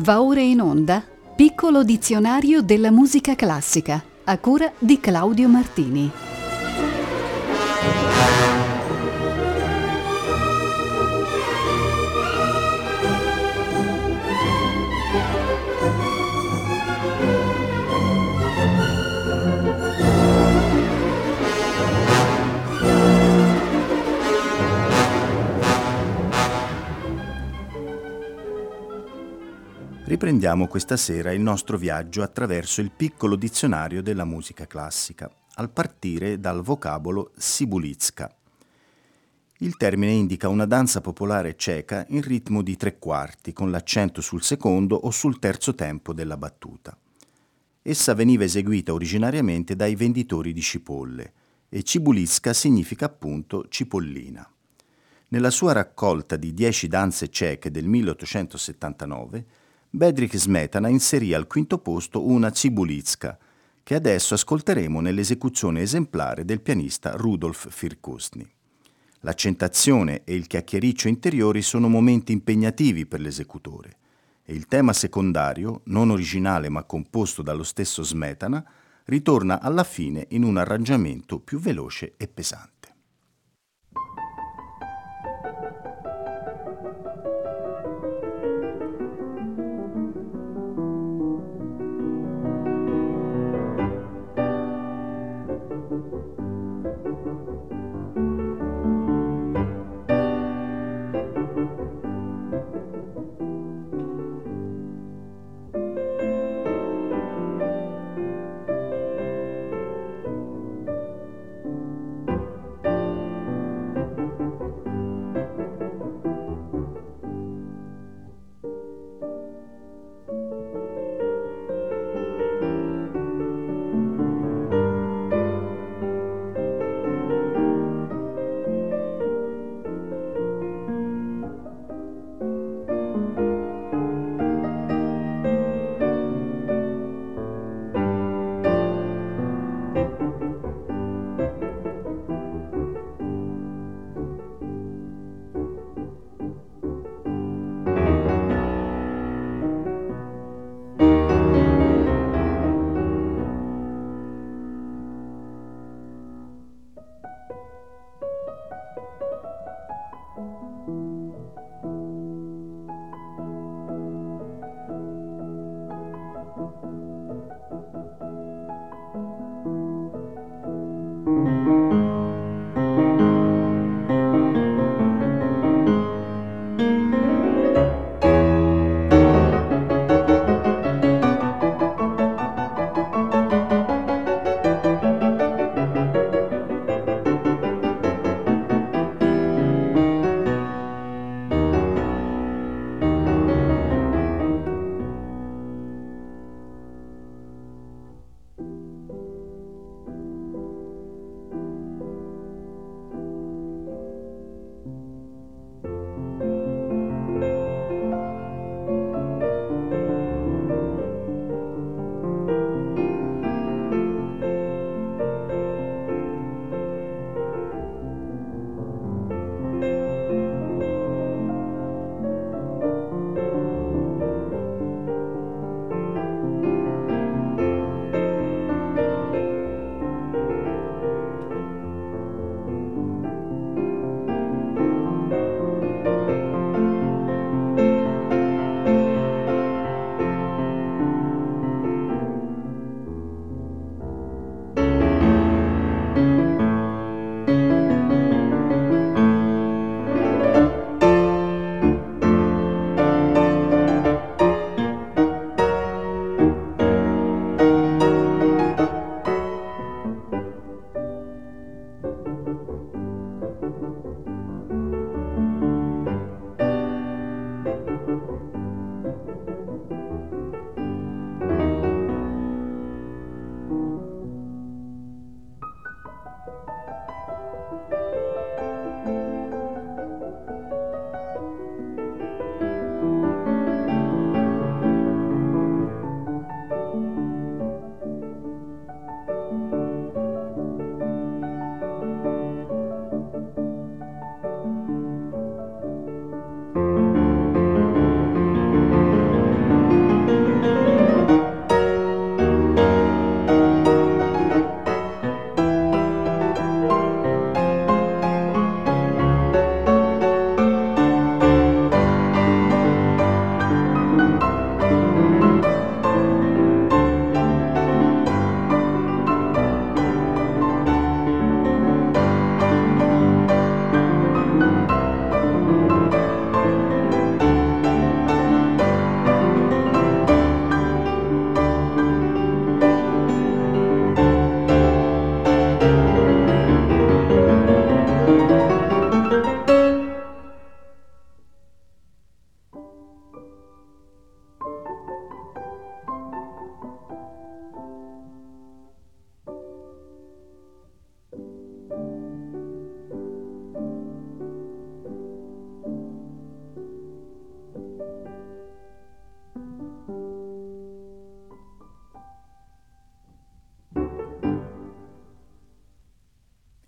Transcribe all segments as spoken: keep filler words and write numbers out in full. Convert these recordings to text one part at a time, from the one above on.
Va ora in onda Piccolo dizionario della musica classica, a cura di Claudio Martini. Riprendiamo questa sera il nostro viaggio attraverso il piccolo dizionario della musica classica, al partire dal vocabolo sibulitska. Il termine indica una danza popolare ceca in ritmo di tre quarti, con l'accento sul secondo o sul terzo tempo della battuta. Essa veniva eseguita originariamente dai venditori di cipolle e cibulitska significa appunto cipollina. Nella sua raccolta di dieci danze ceche del milleottocentosettantanove, Bedřich Smetana inserì al quinto posto una cibulitska, che adesso ascolteremo nell'esecuzione esemplare del pianista Rudolf Firkusny. L'accentazione e il chiacchiericcio interiori sono momenti impegnativi per l'esecutore e il tema secondario, non originale ma composto dallo stesso Smetana, ritorna alla fine in un arrangiamento più veloce e pesante.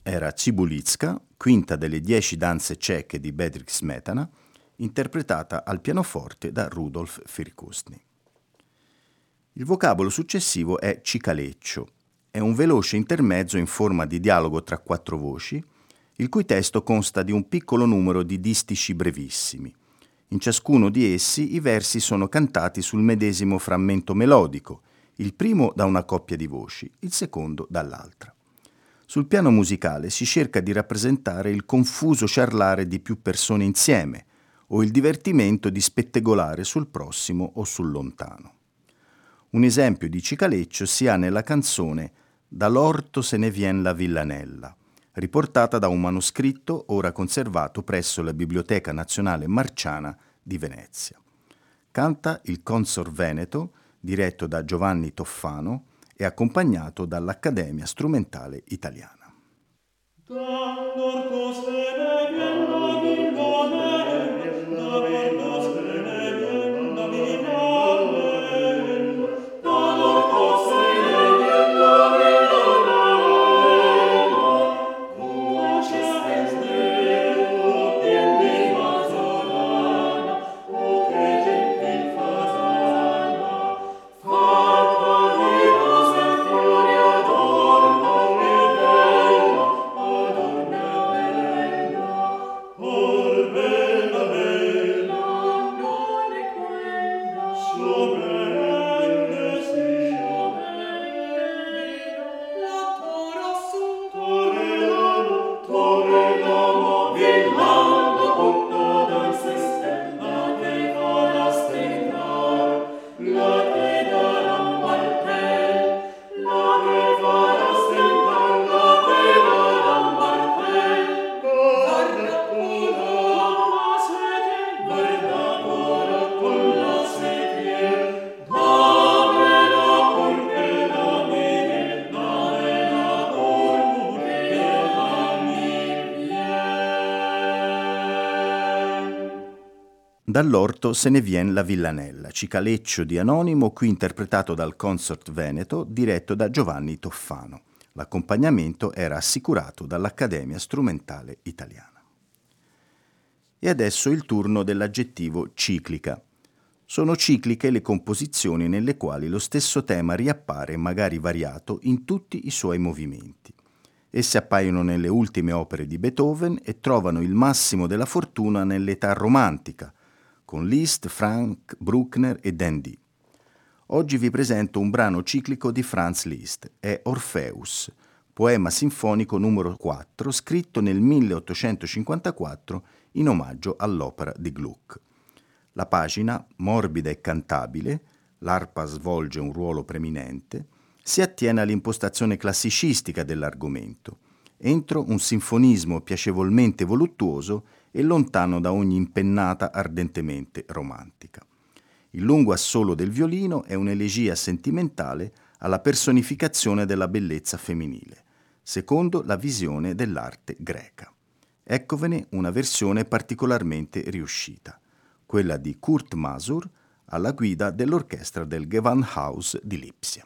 era Cibulitska, quinta delle dieci danze ceche di Bedřich Smetana, interpretata al pianoforte da Rudolf Firkustny. Il vocabolo successivo è cicaleccio. È un veloce intermezzo in forma di dialogo tra quattro voci, il cui testo consta di un piccolo numero di distici brevissimi. In ciascuno di essi i versi sono cantati sul medesimo frammento melodico, il primo da una coppia di voci, il secondo dall'altra. Sul piano musicale si cerca di rappresentare il confuso ciarlare di più persone insieme o il divertimento di spettegolare sul prossimo o sul lontano. Un esempio di cicaleccio si ha nella canzone «Dall'orto se ne vien la villanella», riportata da un manoscritto ora conservato presso la Biblioteca Nazionale Marciana di Venezia. Canta il Consort Veneto, diretto da Giovanni Toffano e accompagnato dall'Accademia Strumentale Italiana. Dall'orto se ne vien la villanella, cicaleccio di Anonimo, qui interpretato dal Consort Veneto, diretto da Giovanni Toffano. L'accompagnamento era assicurato dall'Accademia Strumentale Italiana. E adesso il turno dell'aggettivo ciclica. Sono cicliche le composizioni nelle quali lo stesso tema riappare, magari variato, in tutti i suoi movimenti. Esse appaiono nelle ultime opere di Beethoven e trovano il massimo della fortuna nell'età romantica, con Liszt, Frank, Bruckner e Dandy. Oggi vi presento un brano ciclico di Franz Liszt, è Orpheus, poema sinfonico numero quattro, scritto nel milleottocentocinquantaquattro in omaggio all'opera di Gluck. La pagina, morbida e cantabile, l'arpa svolge un ruolo preminente, si attiene all'impostazione classicistica dell'argomento, entro un sinfonismo piacevolmente voluttuoso e lontano da ogni impennata ardentemente romantica. Il lungo assolo del violino è un'elegia sentimentale alla personificazione della bellezza femminile, secondo la visione dell'arte greca. Eccovene una versione particolarmente riuscita, quella di Kurt Masur alla guida dell'orchestra del Gewandhaus di Lipsia.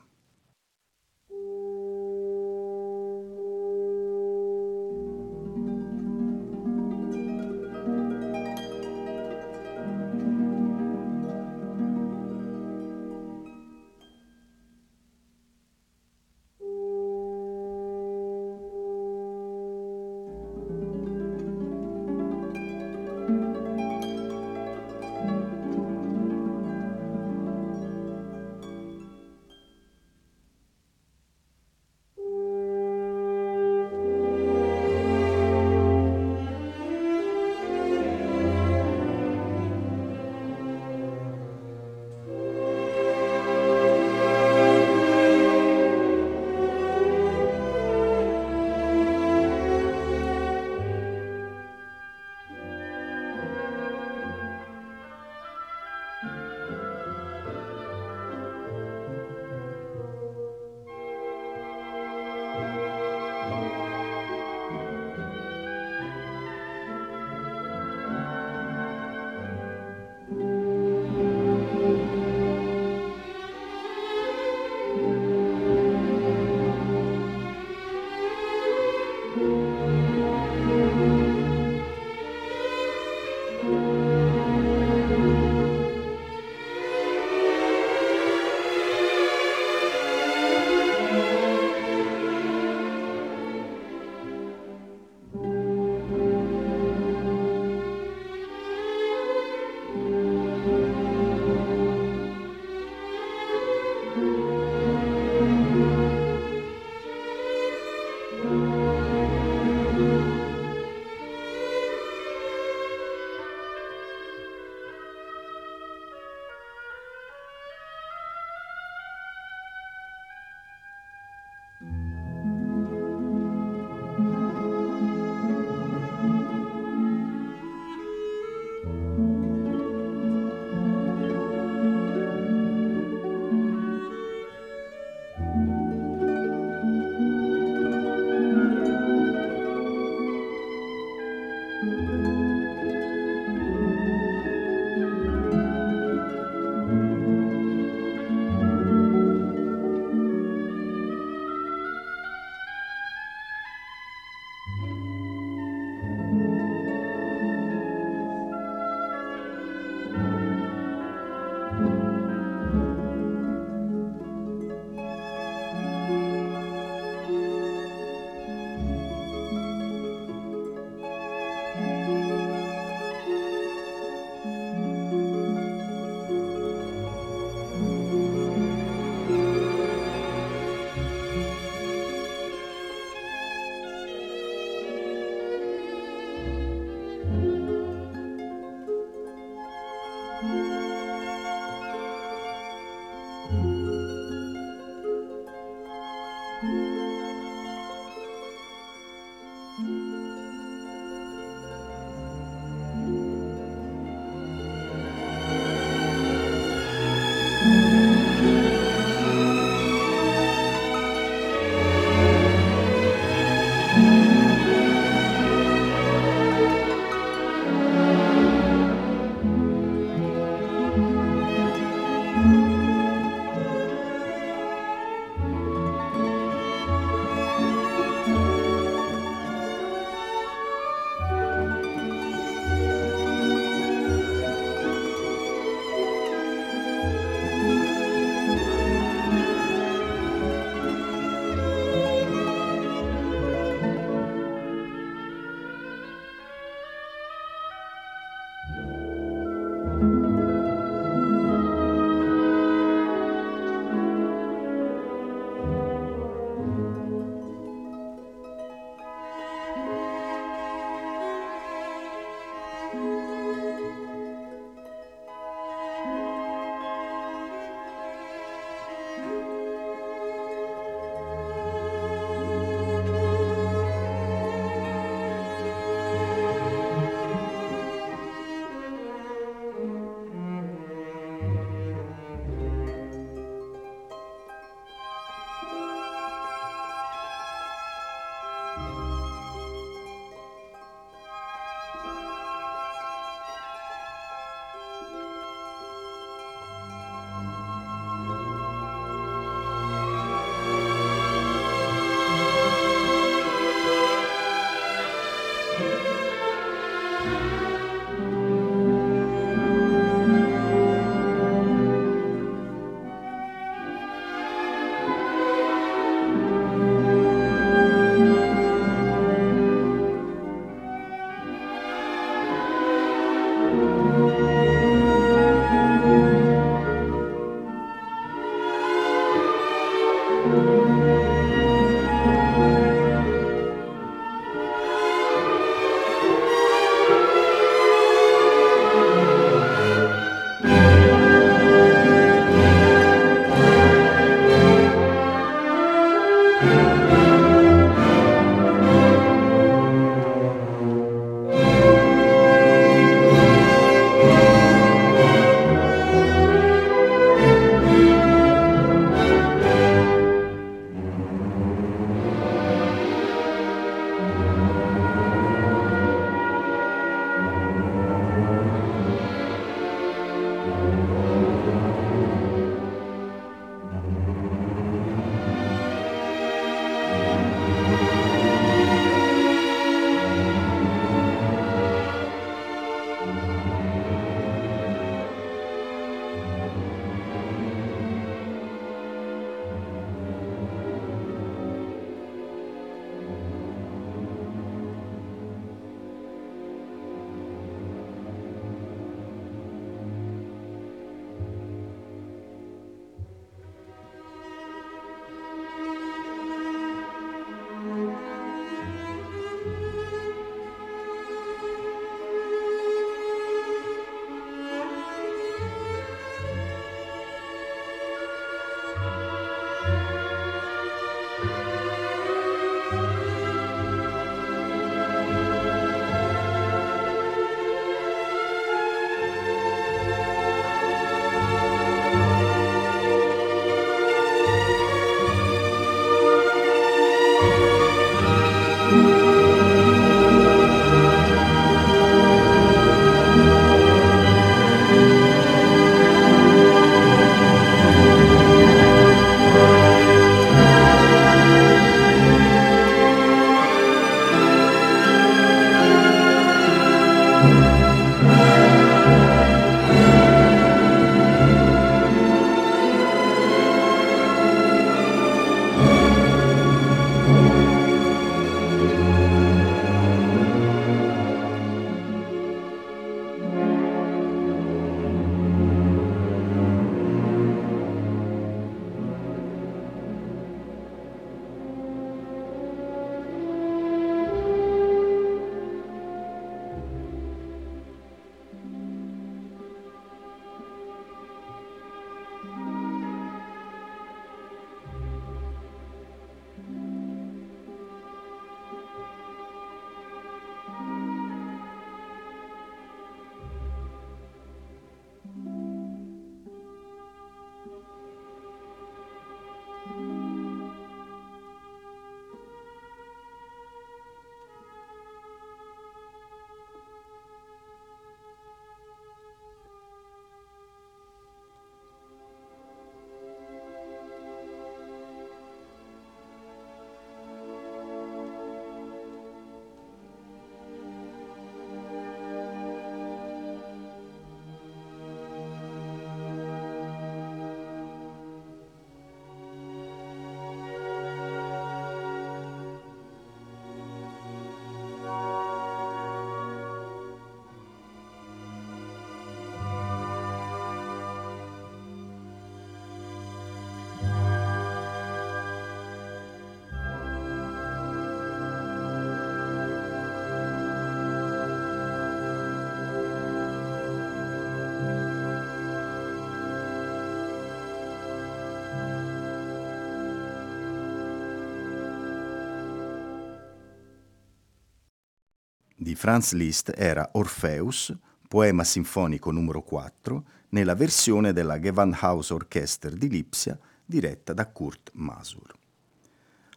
di Franz Liszt era Orpheus, poema sinfonico numero quattro, nella versione della Gewandhaus Orchester di Lipsia, diretta da Kurt Masur.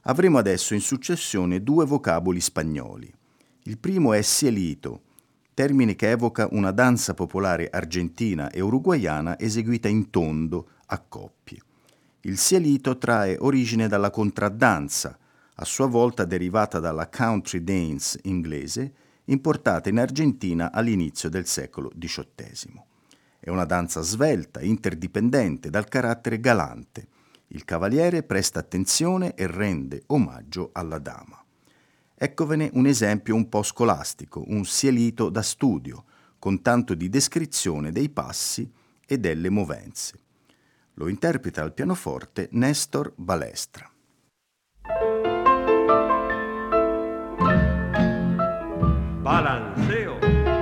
Avremo adesso in successione due vocaboli spagnoli. Il primo è cielito, termine che evoca una danza popolare argentina e uruguaiana eseguita in tondo, a coppie. Il cielito trae origine dalla contraddanza, a sua volta derivata dalla country dance inglese, importata in Argentina all'inizio del secolo diciottesimo. È una danza svelta, interdipendente, dal carattere galante. Il cavaliere presta attenzione e rende omaggio alla dama. Ecgovene un esempio un po' scolastico, un cielito da studio, con tanto di descrizione dei passi e delle movenze. Lo interpreta al pianoforte Néstor Balestra. Balanceo.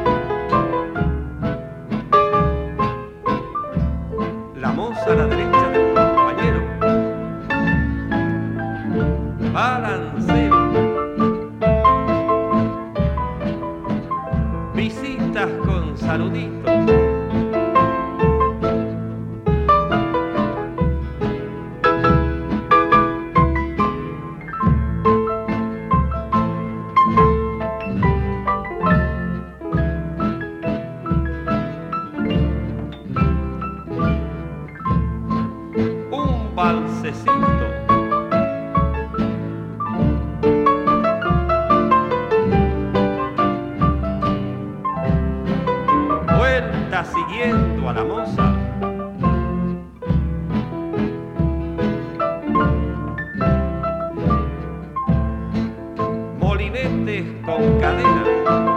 La moza a la derecha del compañero. Balanceo. Visitas con saluditos. Siguiendo a la moza. Molinetes con cadena.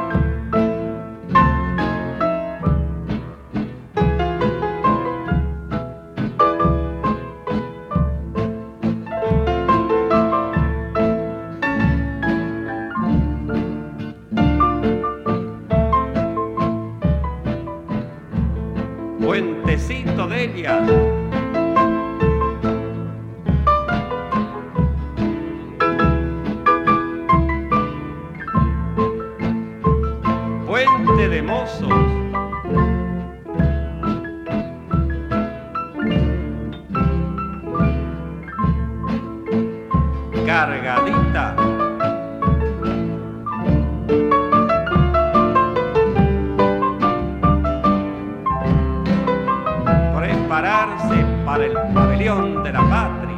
Puentecito de ellas. Puente de mozos. Cargadita. Prepararse para el pabellón de la patria.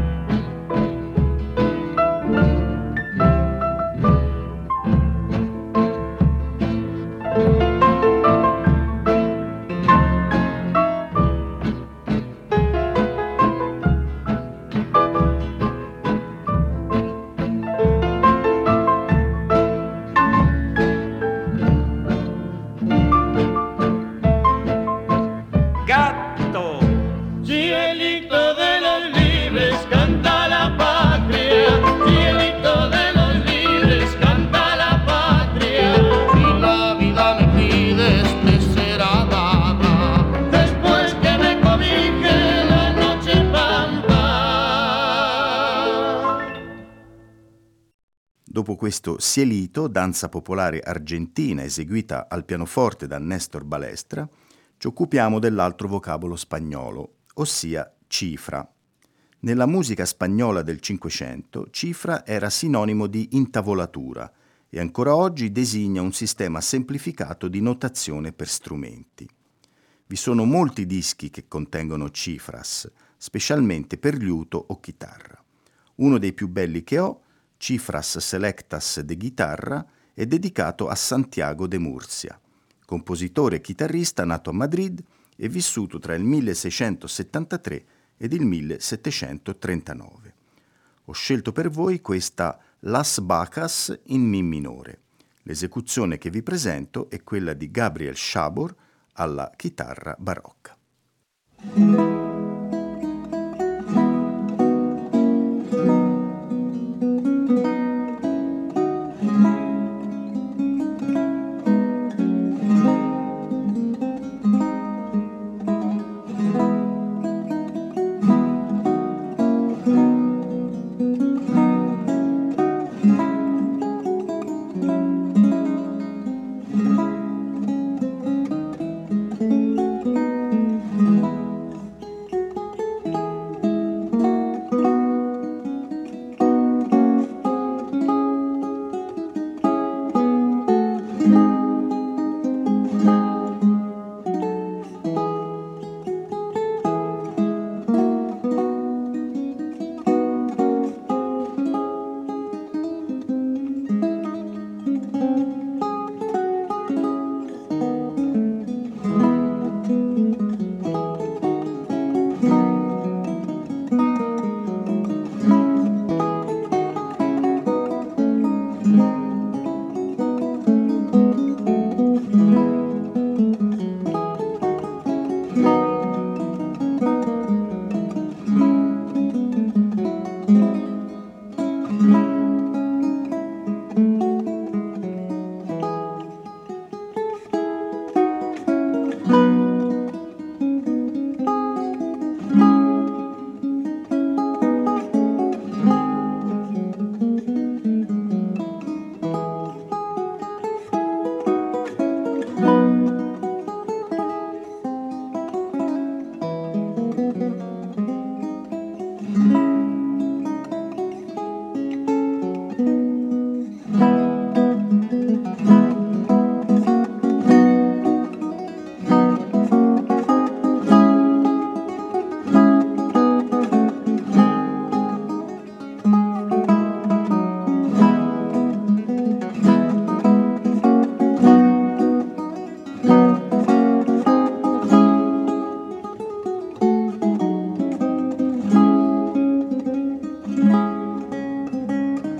Dopo questo cielito, danza popolare argentina eseguita al pianoforte da Néstor Balestra, ci occupiamo dell'altro vocabolo spagnolo, ossia cifra. Nella musica spagnola del Cinquecento, cifra era sinonimo di intavolatura e ancora oggi designa un sistema semplificato di notazione per strumenti. Vi sono molti dischi che contengono cifras, specialmente per liuto o chitarra. Uno dei più belli che ho, Cifras Selectas de Guitarra, è dedicato a Santiago de Murcia, compositore e chitarrista nato a Madrid e vissuto tra il milleseicentosettantatré ed il millesettecentotrentanove. Ho scelto per voi questa Las Bacas in Mi minore. L'esecuzione che vi presento è quella di Gabriel Szabor alla chitarra barocca.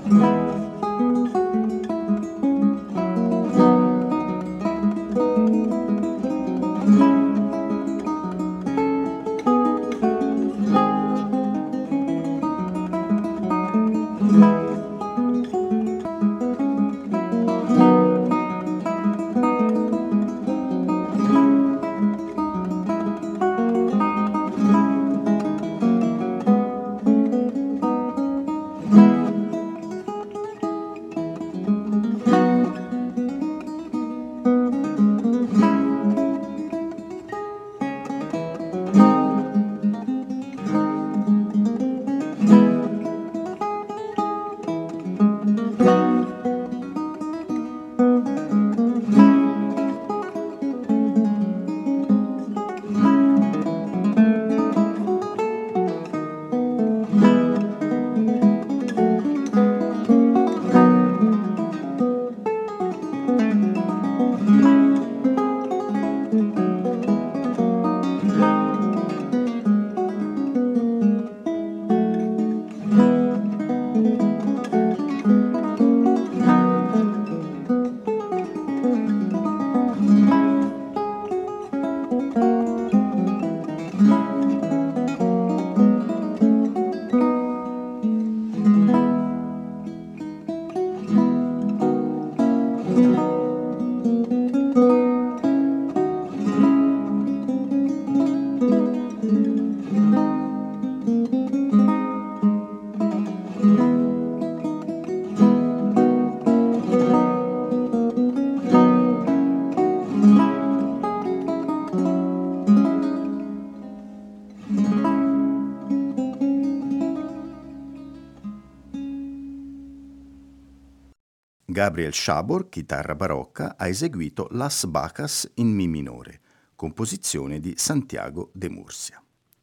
Gabriel Szabor, chitarra barocca, ha eseguito Las Bacchas in Mi minore, composizione di Santiago de Murcia.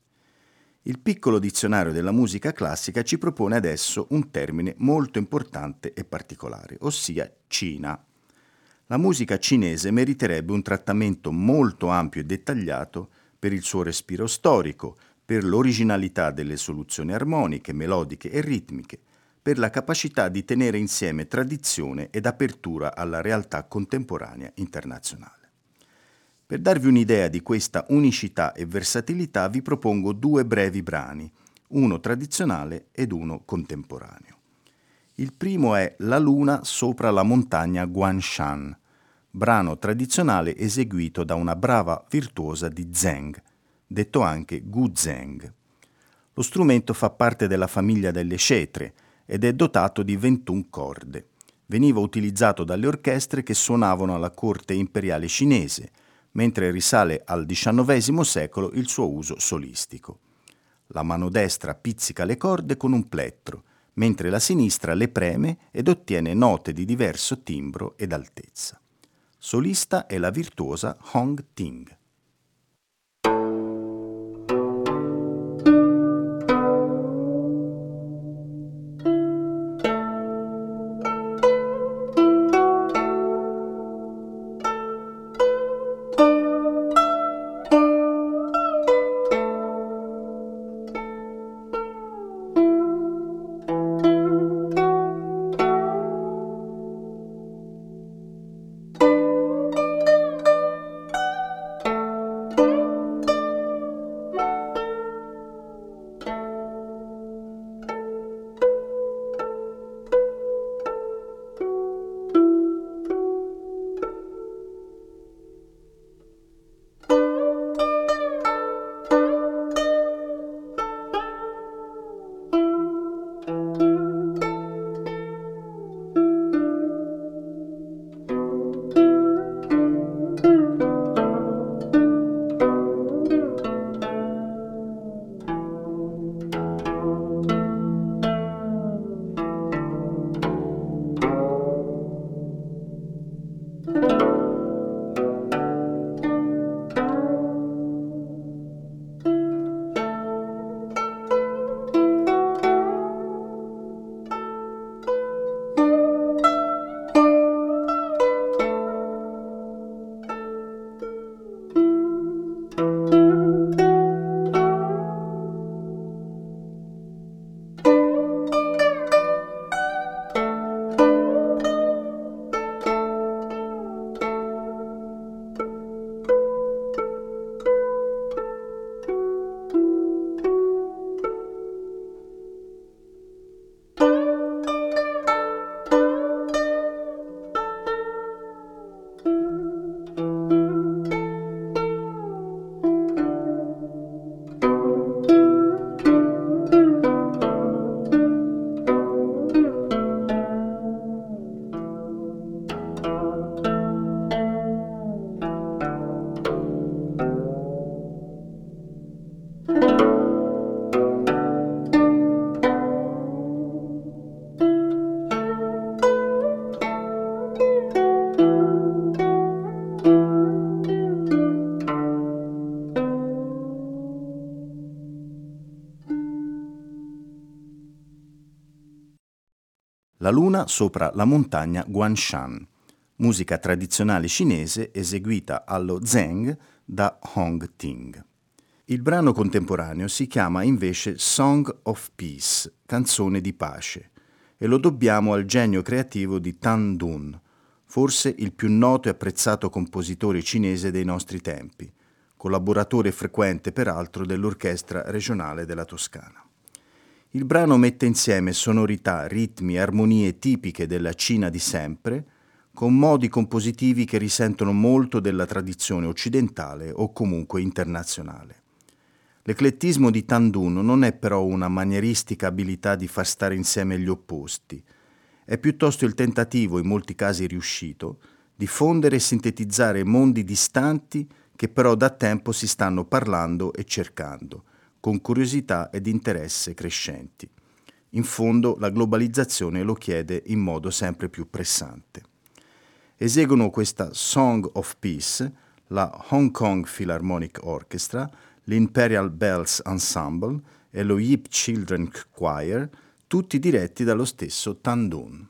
Il piccolo dizionario della musica classica ci propone adesso un termine molto importante e particolare, ossia Cina. La musica cinese meriterebbe un trattamento molto ampio e dettagliato per il suo respiro storico, per l'originalità delle soluzioni armoniche, melodiche e ritmiche, per la capacità di tenere insieme tradizione ed apertura alla realtà contemporanea internazionale. Per darvi un'idea di questa unicità e versatilità vi propongo due brevi brani, uno tradizionale ed uno contemporaneo. Il primo è La luna sopra la montagna Guanshan, brano tradizionale eseguito da una brava virtuosa di zeng, detto anche guzheng. Lo strumento fa parte della famiglia delle cetre ed è dotato di ventuno corde. Veniva utilizzato dalle orchestre che suonavano alla corte imperiale cinese, mentre risale al diciannovesimo secolo il suo uso solistico. La mano destra pizzica le corde con un plettro, mentre la sinistra le preme ed ottiene note di diverso timbro ed altezza. Solista è la virtuosa Hong Ting. La luna sopra la montagna Guanshan, musica tradizionale cinese eseguita allo Zheng da Hong Ting. Il brano contemporaneo si chiama invece Song of Peace, canzone di pace, e lo dobbiamo al genio creativo di Tan Dun, forse il più noto e apprezzato compositore cinese dei nostri tempi, collaboratore frequente peraltro dell'Orchestra regionale della Toscana. Il brano mette insieme sonorità, ritmi e armonie tipiche della Cina di sempre, con modi compositivi che risentono molto della tradizione occidentale o comunque internazionale. L'eclettismo di Tan Dun non è però una manieristica abilità di far stare insieme gli opposti, è piuttosto il tentativo, in molti casi riuscito, di fondere e sintetizzare mondi distanti che però da tempo si stanno parlando e cercando, con curiosità ed interesse crescenti. In fondo la globalizzazione lo chiede in modo sempre più pressante. Eseguono questa Song of Peace la Hong Kong Philharmonic Orchestra, l'Imperial Bells Ensemble e lo Yip Children Choir, tutti diretti dallo stesso Tan Dun.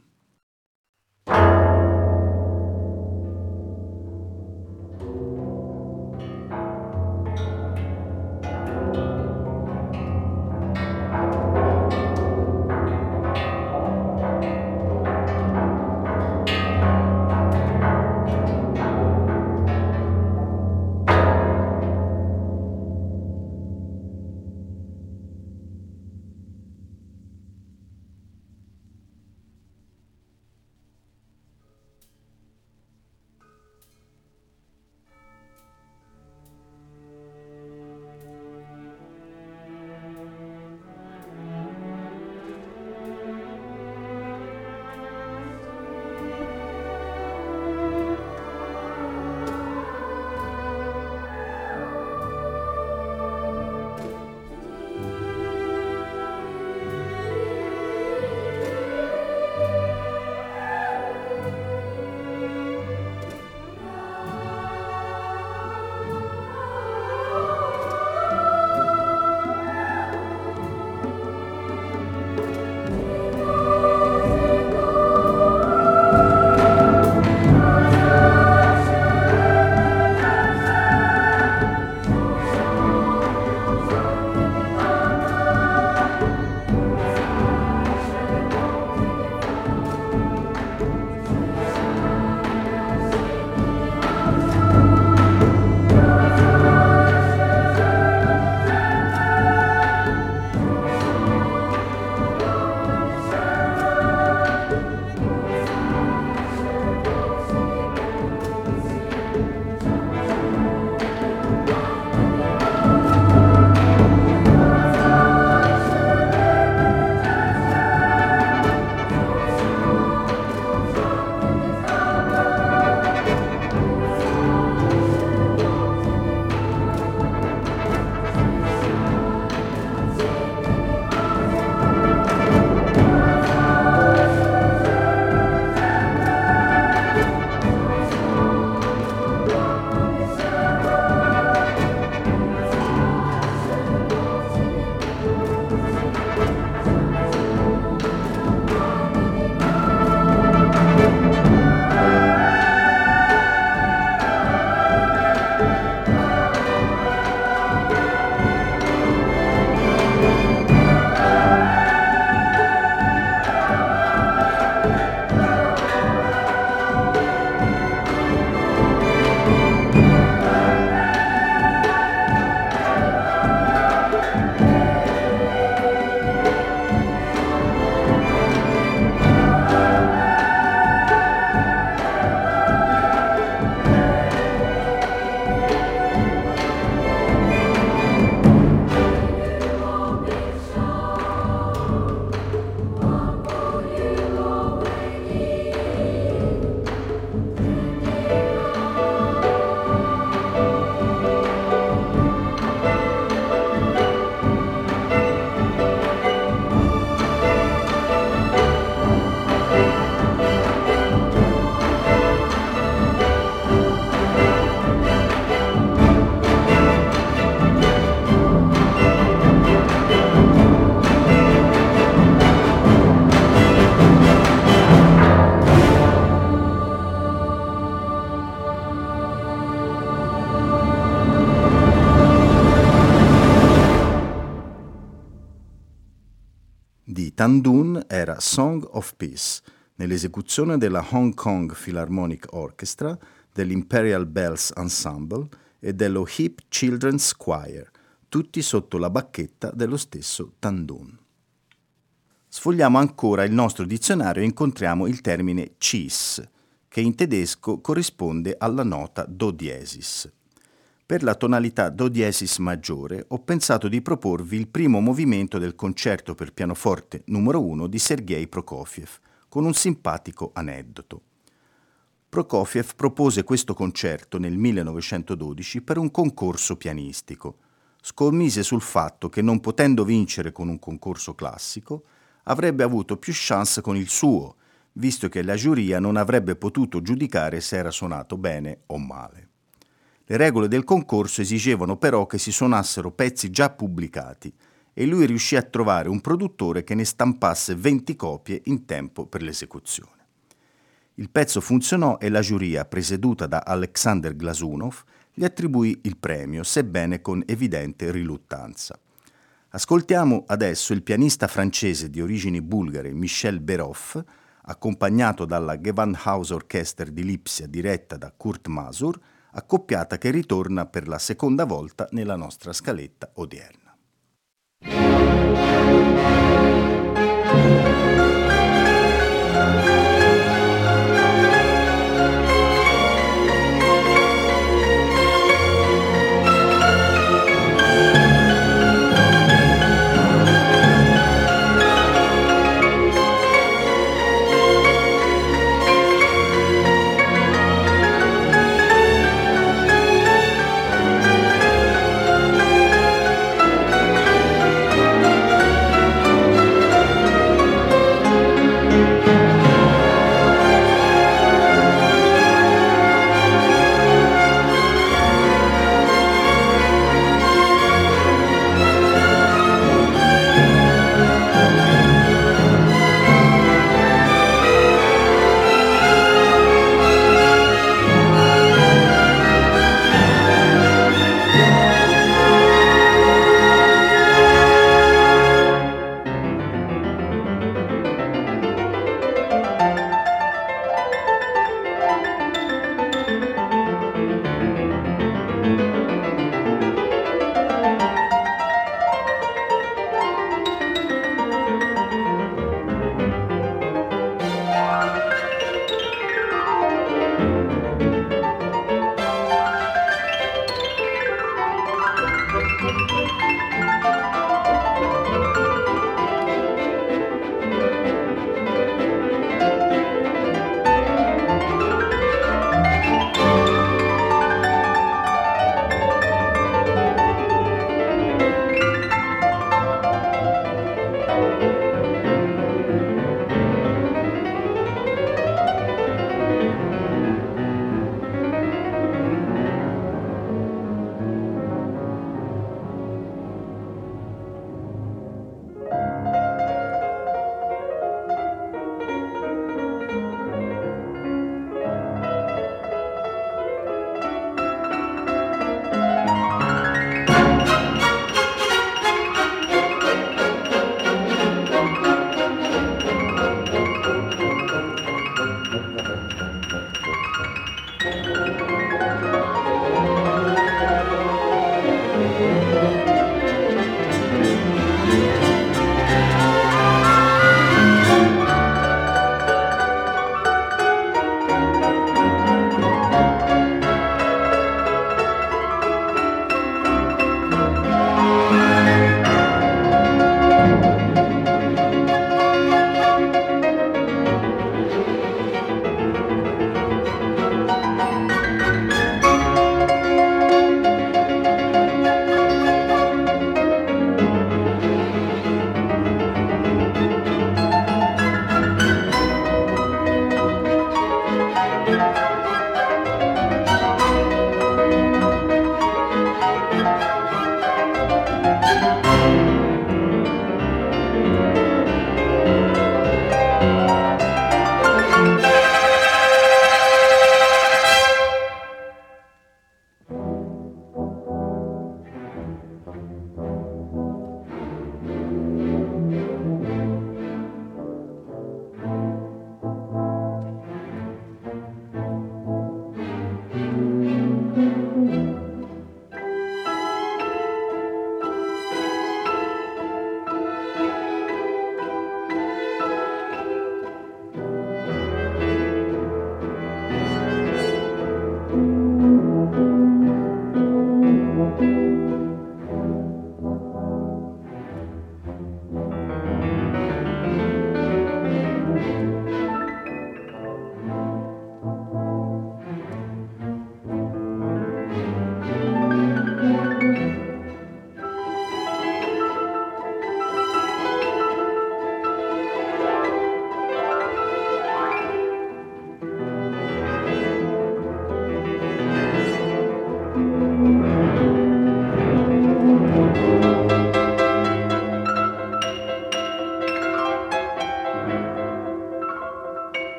Tandun era Song of Peace, nell'esecuzione della Hong Kong Philharmonic Orchestra, dell'Imperial Bells Ensemble e dello Hip Children's Choir, tutti sotto la bacchetta dello stesso Tandun. Sfogliamo ancora il nostro dizionario e incontriamo il termine Cis, che in tedesco corrisponde alla nota Do diesis. Per la tonalità Do diesis maggiore ho pensato di proporvi il primo movimento del concerto per pianoforte numero uno di Sergei Prokofiev, con un simpatico aneddoto. Prokofiev propose questo concerto nel millenovecentododici per un concorso pianistico. Scommise sul fatto che, non potendo vincere con un concorso classico, avrebbe avuto più chance con il suo, visto che la giuria non avrebbe potuto giudicare se era suonato bene o male. Le regole del concorso esigevano però che si suonassero pezzi già pubblicati e lui riuscì a trovare un produttore che ne stampasse venti copie in tempo per l'esecuzione. Il pezzo funzionò e la giuria, presieduta da Alexander Glazunov, gli attribuì il premio, sebbene con evidente riluttanza. Ascoltiamo adesso il pianista francese di origini bulgare Michel Beroff, accompagnato dalla Gewandhaus Orchester di Lipsia diretta da Kurt Masur, accoppiata che ritorna per la seconda volta nella nostra scaletta odierna.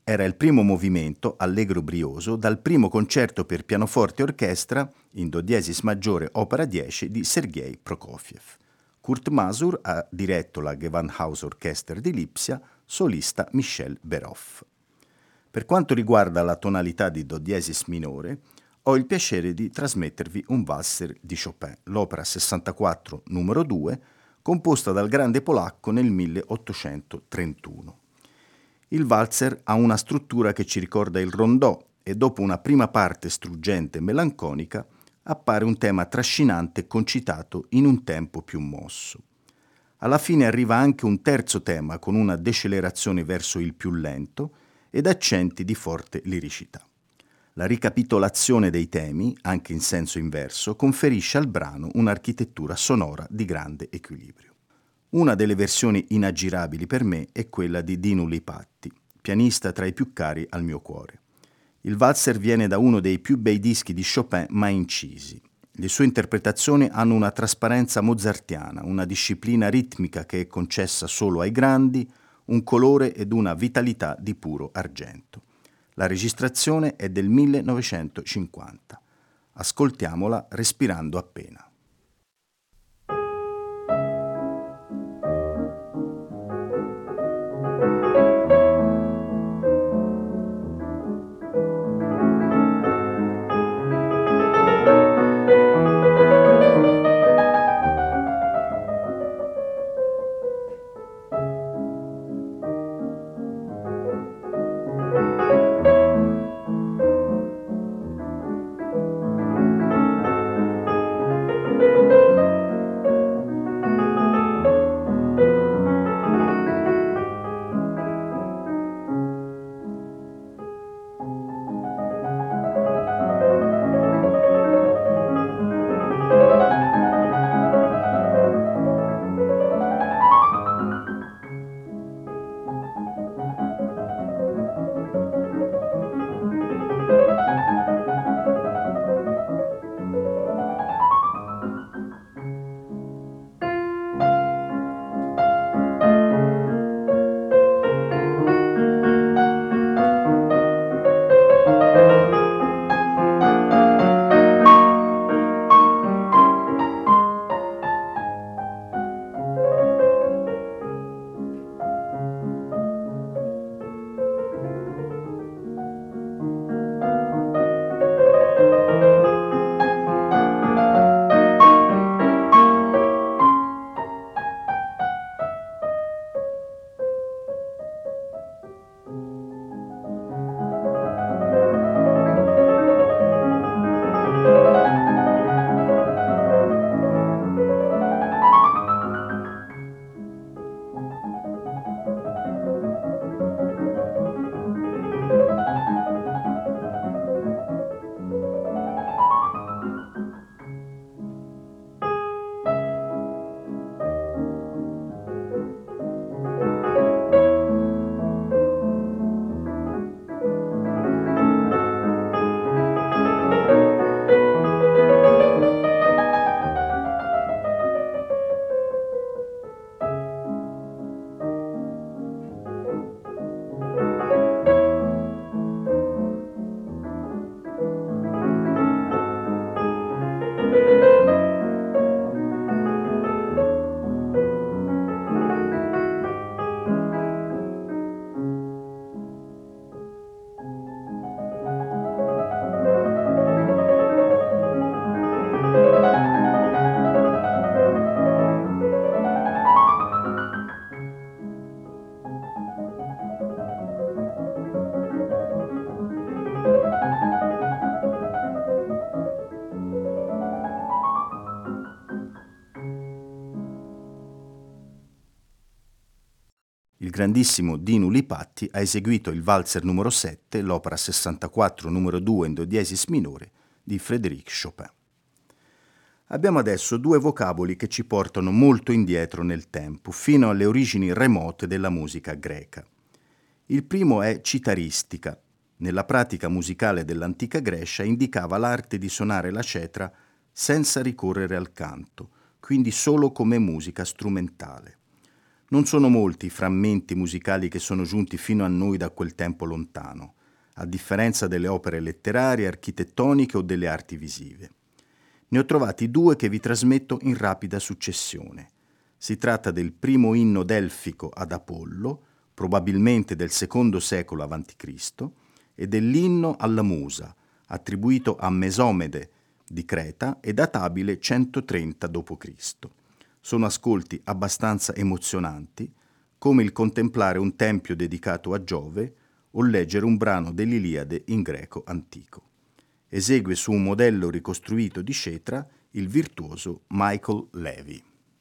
Era il primo movimento, allegro brioso, dal primo concerto per pianoforte e orchestra in do diesis maggiore opera dieci di Sergei Prokofiev. Kurt Masur ha diretto la Gewandhausorchester di Lipsia, solista Michel Beroff. Per quanto riguarda la tonalità di do diesis minore, ho il piacere di trasmettervi un valzer di Chopin, l'opera sessantaquattro numero due, composta dal grande polacco nel milleottocentotrentuno. Il valzer ha una struttura che ci ricorda il rondò e dopo una prima parte struggente e melanconica appare un tema trascinante e concitato in un tempo più mosso. Alla fine arriva anche un terzo tema con una decelerazione verso il più lento ed accenti di forte liricità. La ricapitolazione dei temi, anche in senso inverso, conferisce al brano un'architettura sonora di grande equilibrio. Una delle versioni inaggirabili per me è quella di Dinu Lipatti, pianista tra i più cari al mio cuore. Il valzer viene da uno dei più bei dischi di Chopin mai incisi. Le sue interpretazioni hanno una trasparenza mozartiana, una disciplina ritmica che è concessa solo ai grandi, un colore ed una vitalità di puro argento. La registrazione è del millenovecentocinquanta. Ascoltiamola respirando appena. Il grandissimo Dinu Lipatti ha eseguito il valzer numero sette, l'opera sessantaquattro numero due in do diesis minore di Frédéric Chopin. Abbiamo adesso due vocaboli che ci portano molto indietro nel tempo, fino alle origini remote della musica greca. Il primo è citaristica. Nella pratica musicale dell'antica Grecia indicava l'arte di suonare la cetra senza ricorrere al canto, quindi solo come musica strumentale. Non sono molti i frammenti musicali che sono giunti fino a noi da quel tempo lontano, a differenza delle opere letterarie, architettoniche o delle arti visive. Ne ho trovati due che vi trasmetto in rapida successione. Si tratta del primo inno delfico ad Apollo, probabilmente del secondo secolo avanti Cristo, e dell'inno alla Musa, attribuito a Mesomede di Creta e databile centotrenta dopo Cristo. Sono ascolti abbastanza emozionanti, come il contemplare un tempio dedicato a Giove o leggere un brano dell'Iliade in greco antico. Esegue su un modello ricostruito di cetra il virtuoso Michael Levy.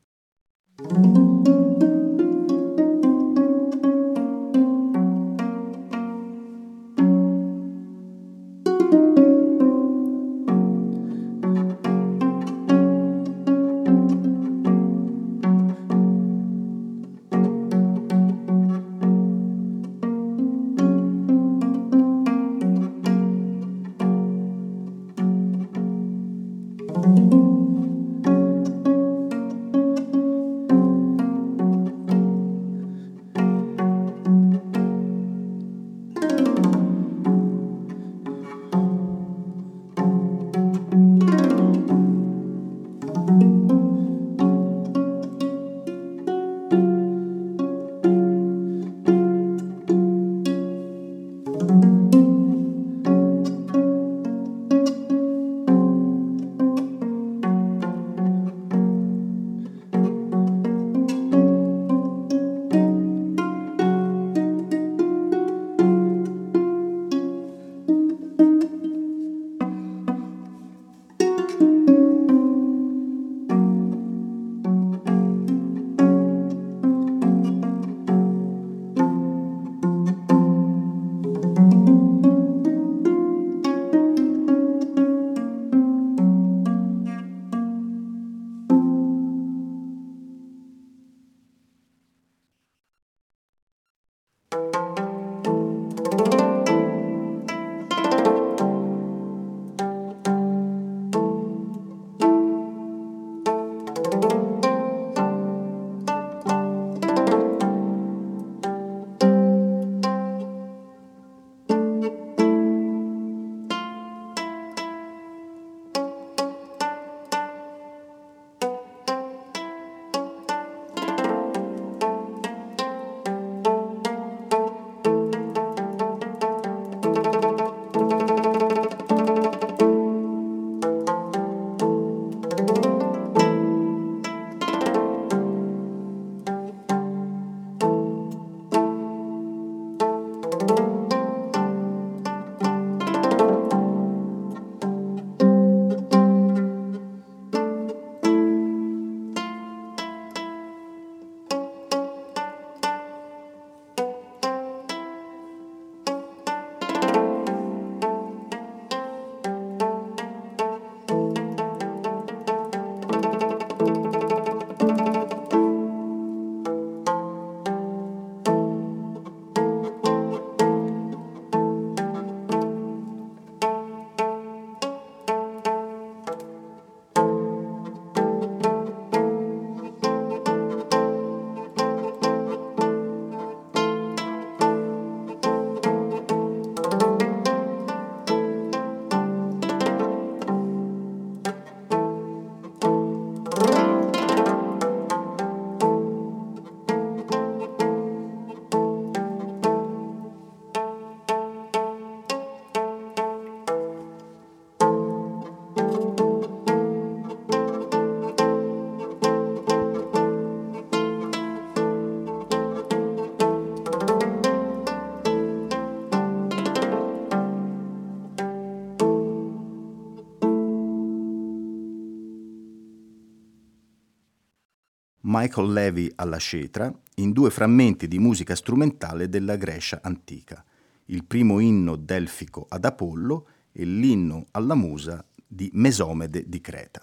Michael Levy alla cetra in due frammenti di musica strumentale della Grecia antica, il primo inno delfico ad Apollo e l'inno alla Musa di Mesomede di Creta.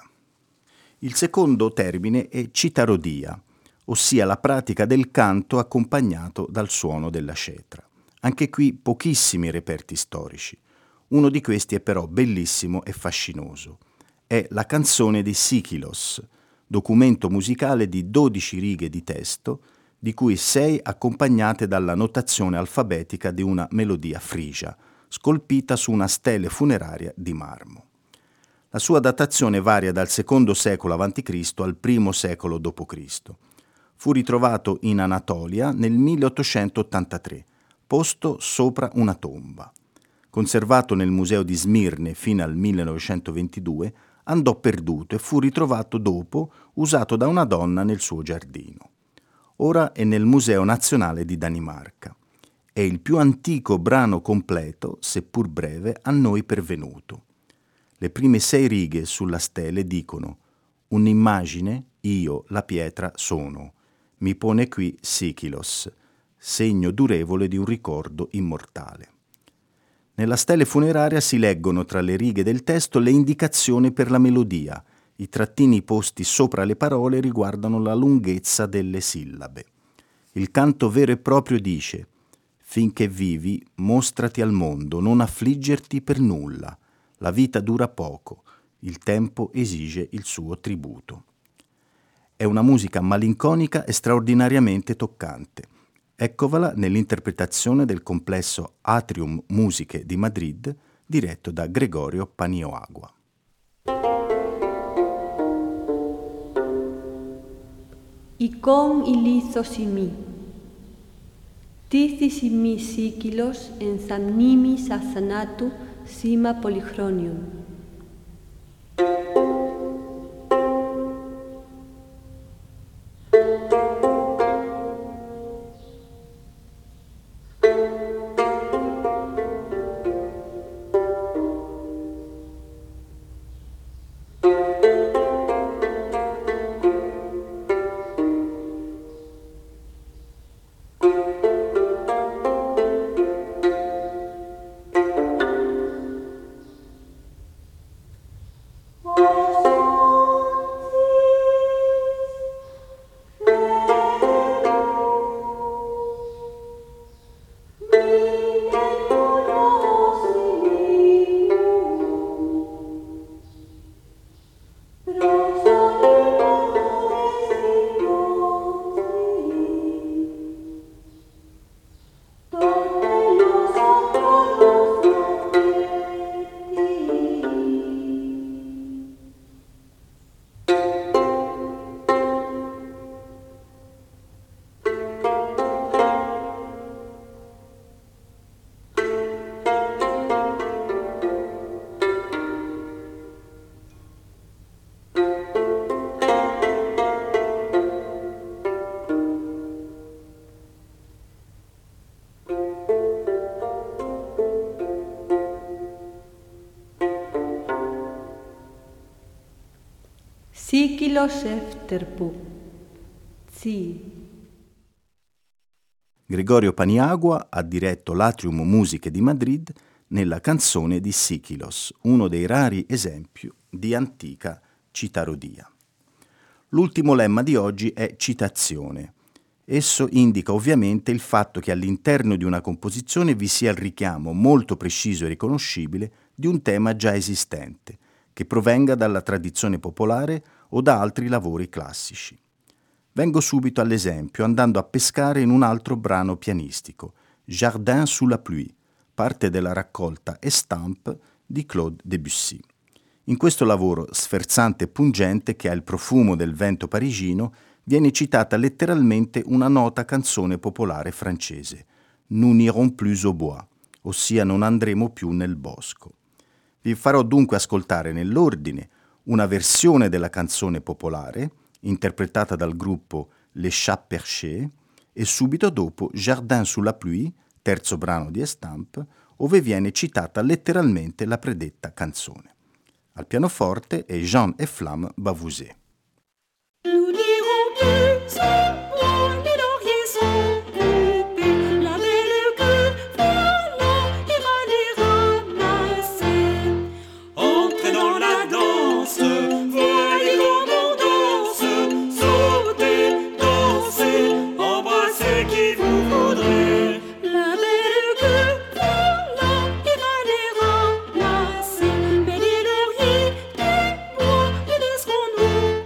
Il secondo termine è citarodia, ossia la pratica del canto accompagnato dal suono della cetra. Anche qui pochissimi reperti storici. Uno di questi è però bellissimo e fascinoso. È la canzone di Sikilos, documento musicale di dodici righe di testo di cui sei accompagnate dalla notazione alfabetica di una melodia frigia, scolpita su una stele funeraria di marmo. La sua datazione varia dal secondo secolo avanti Cristo al primo secolo dopo Cristo. Fu ritrovato in Anatolia nel milleottocentottantatré, posto sopra una tomba. Conservato nel museo di Smirne fino al millenovecentoventidue, andò perduto e fu ritrovato dopo, usato da una donna nel suo giardino. Ora è nel Museo Nazionale di Danimarca. È il più antico brano completo, seppur breve, a noi pervenuto. Le prime sei righe sulla stele dicono: un'immagine, io, la pietra, sono. Mi pone qui Sikilos, segno durevole di un ricordo immortale. Nella stele funeraria si leggono tra le righe del testo le indicazioni per la melodia. I trattini posti sopra le parole riguardano la lunghezza delle sillabe. Il canto vero e proprio dice: finché vivi, mostrati al mondo, non affliggerti per nulla. La vita dura poco, il tempo esige il suo tributo. È una musica malinconica e straordinariamente toccante. Eccovala nell'interpretazione del complesso Atrium Musiche di Madrid, diretto da Gregorio Paniagua. Ikon ilithosimi. Tithysimi Sikilos en samnimi sasanatu sima polychronium. Sikilos efterpu. Zi. Gregorio Paniagua ha diretto l'Atrium Musiche di Madrid nella canzone di Sikilos, uno dei rari esempi di antica citarodia. L'ultimo lemma di oggi è citazione. Esso indica ovviamente il fatto che all'interno di una composizione vi sia il richiamo molto preciso e riconoscibile di un tema già esistente, che provenga dalla tradizione popolare o da altri lavori classici. Vengo subito all'esempio andando a pescare in un altro brano pianistico, Jardin sous la pluie, parte della raccolta Estampes di Claude Debussy. In questo lavoro sferzante e pungente che ha il profumo del vento parigino viene citata letteralmente una nota canzone popolare francese, Nous n'irons plus au bois, ossia non andremo più nel bosco. Vi farò dunque ascoltare nell'ordine una versione della canzone popolare, interpretata dal gruppo Les Chats Perchés, e subito dopo Jardin sous la pluie, terzo brano di Estampes, ove viene citata letteralmente la predetta canzone. Al pianoforte è Jean et Flamme Bavouzet. Laisserons-nous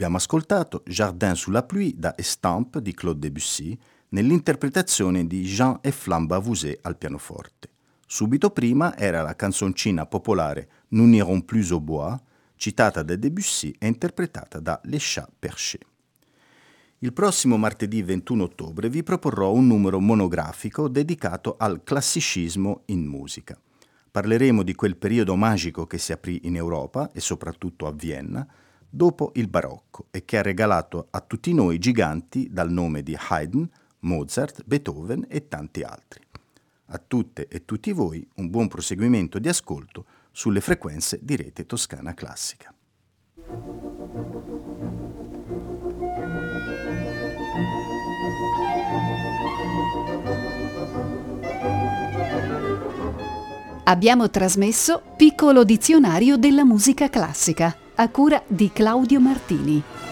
Abbiamo ascoltato Jardin sous la pluie da Estampes di Claude Debussy nell'interpretazione di Jean e Flamme Bavouzet al pianoforte. Subito prima era la canzoncina popolare Nous n'irons plus au bois, citata da Debussy e interpretata da Les Chats Perchés. Il prossimo martedì ventuno ottobre vi proporrò un numero monografico dedicato al classicismo in musica. Parleremo di quel periodo magico che si aprì in Europa e soprattutto a Vienna dopo il barocco e che ha regalato a tutti noi giganti dal nome di Haydn, Mozart, Beethoven e tanti altri. A tutte e tutti voi un buon proseguimento di ascolto sulle frequenze di Rete Toscana Classica. Abbiamo trasmesso Piccolo dizionario della musica classica, a cura di Claudio Martini.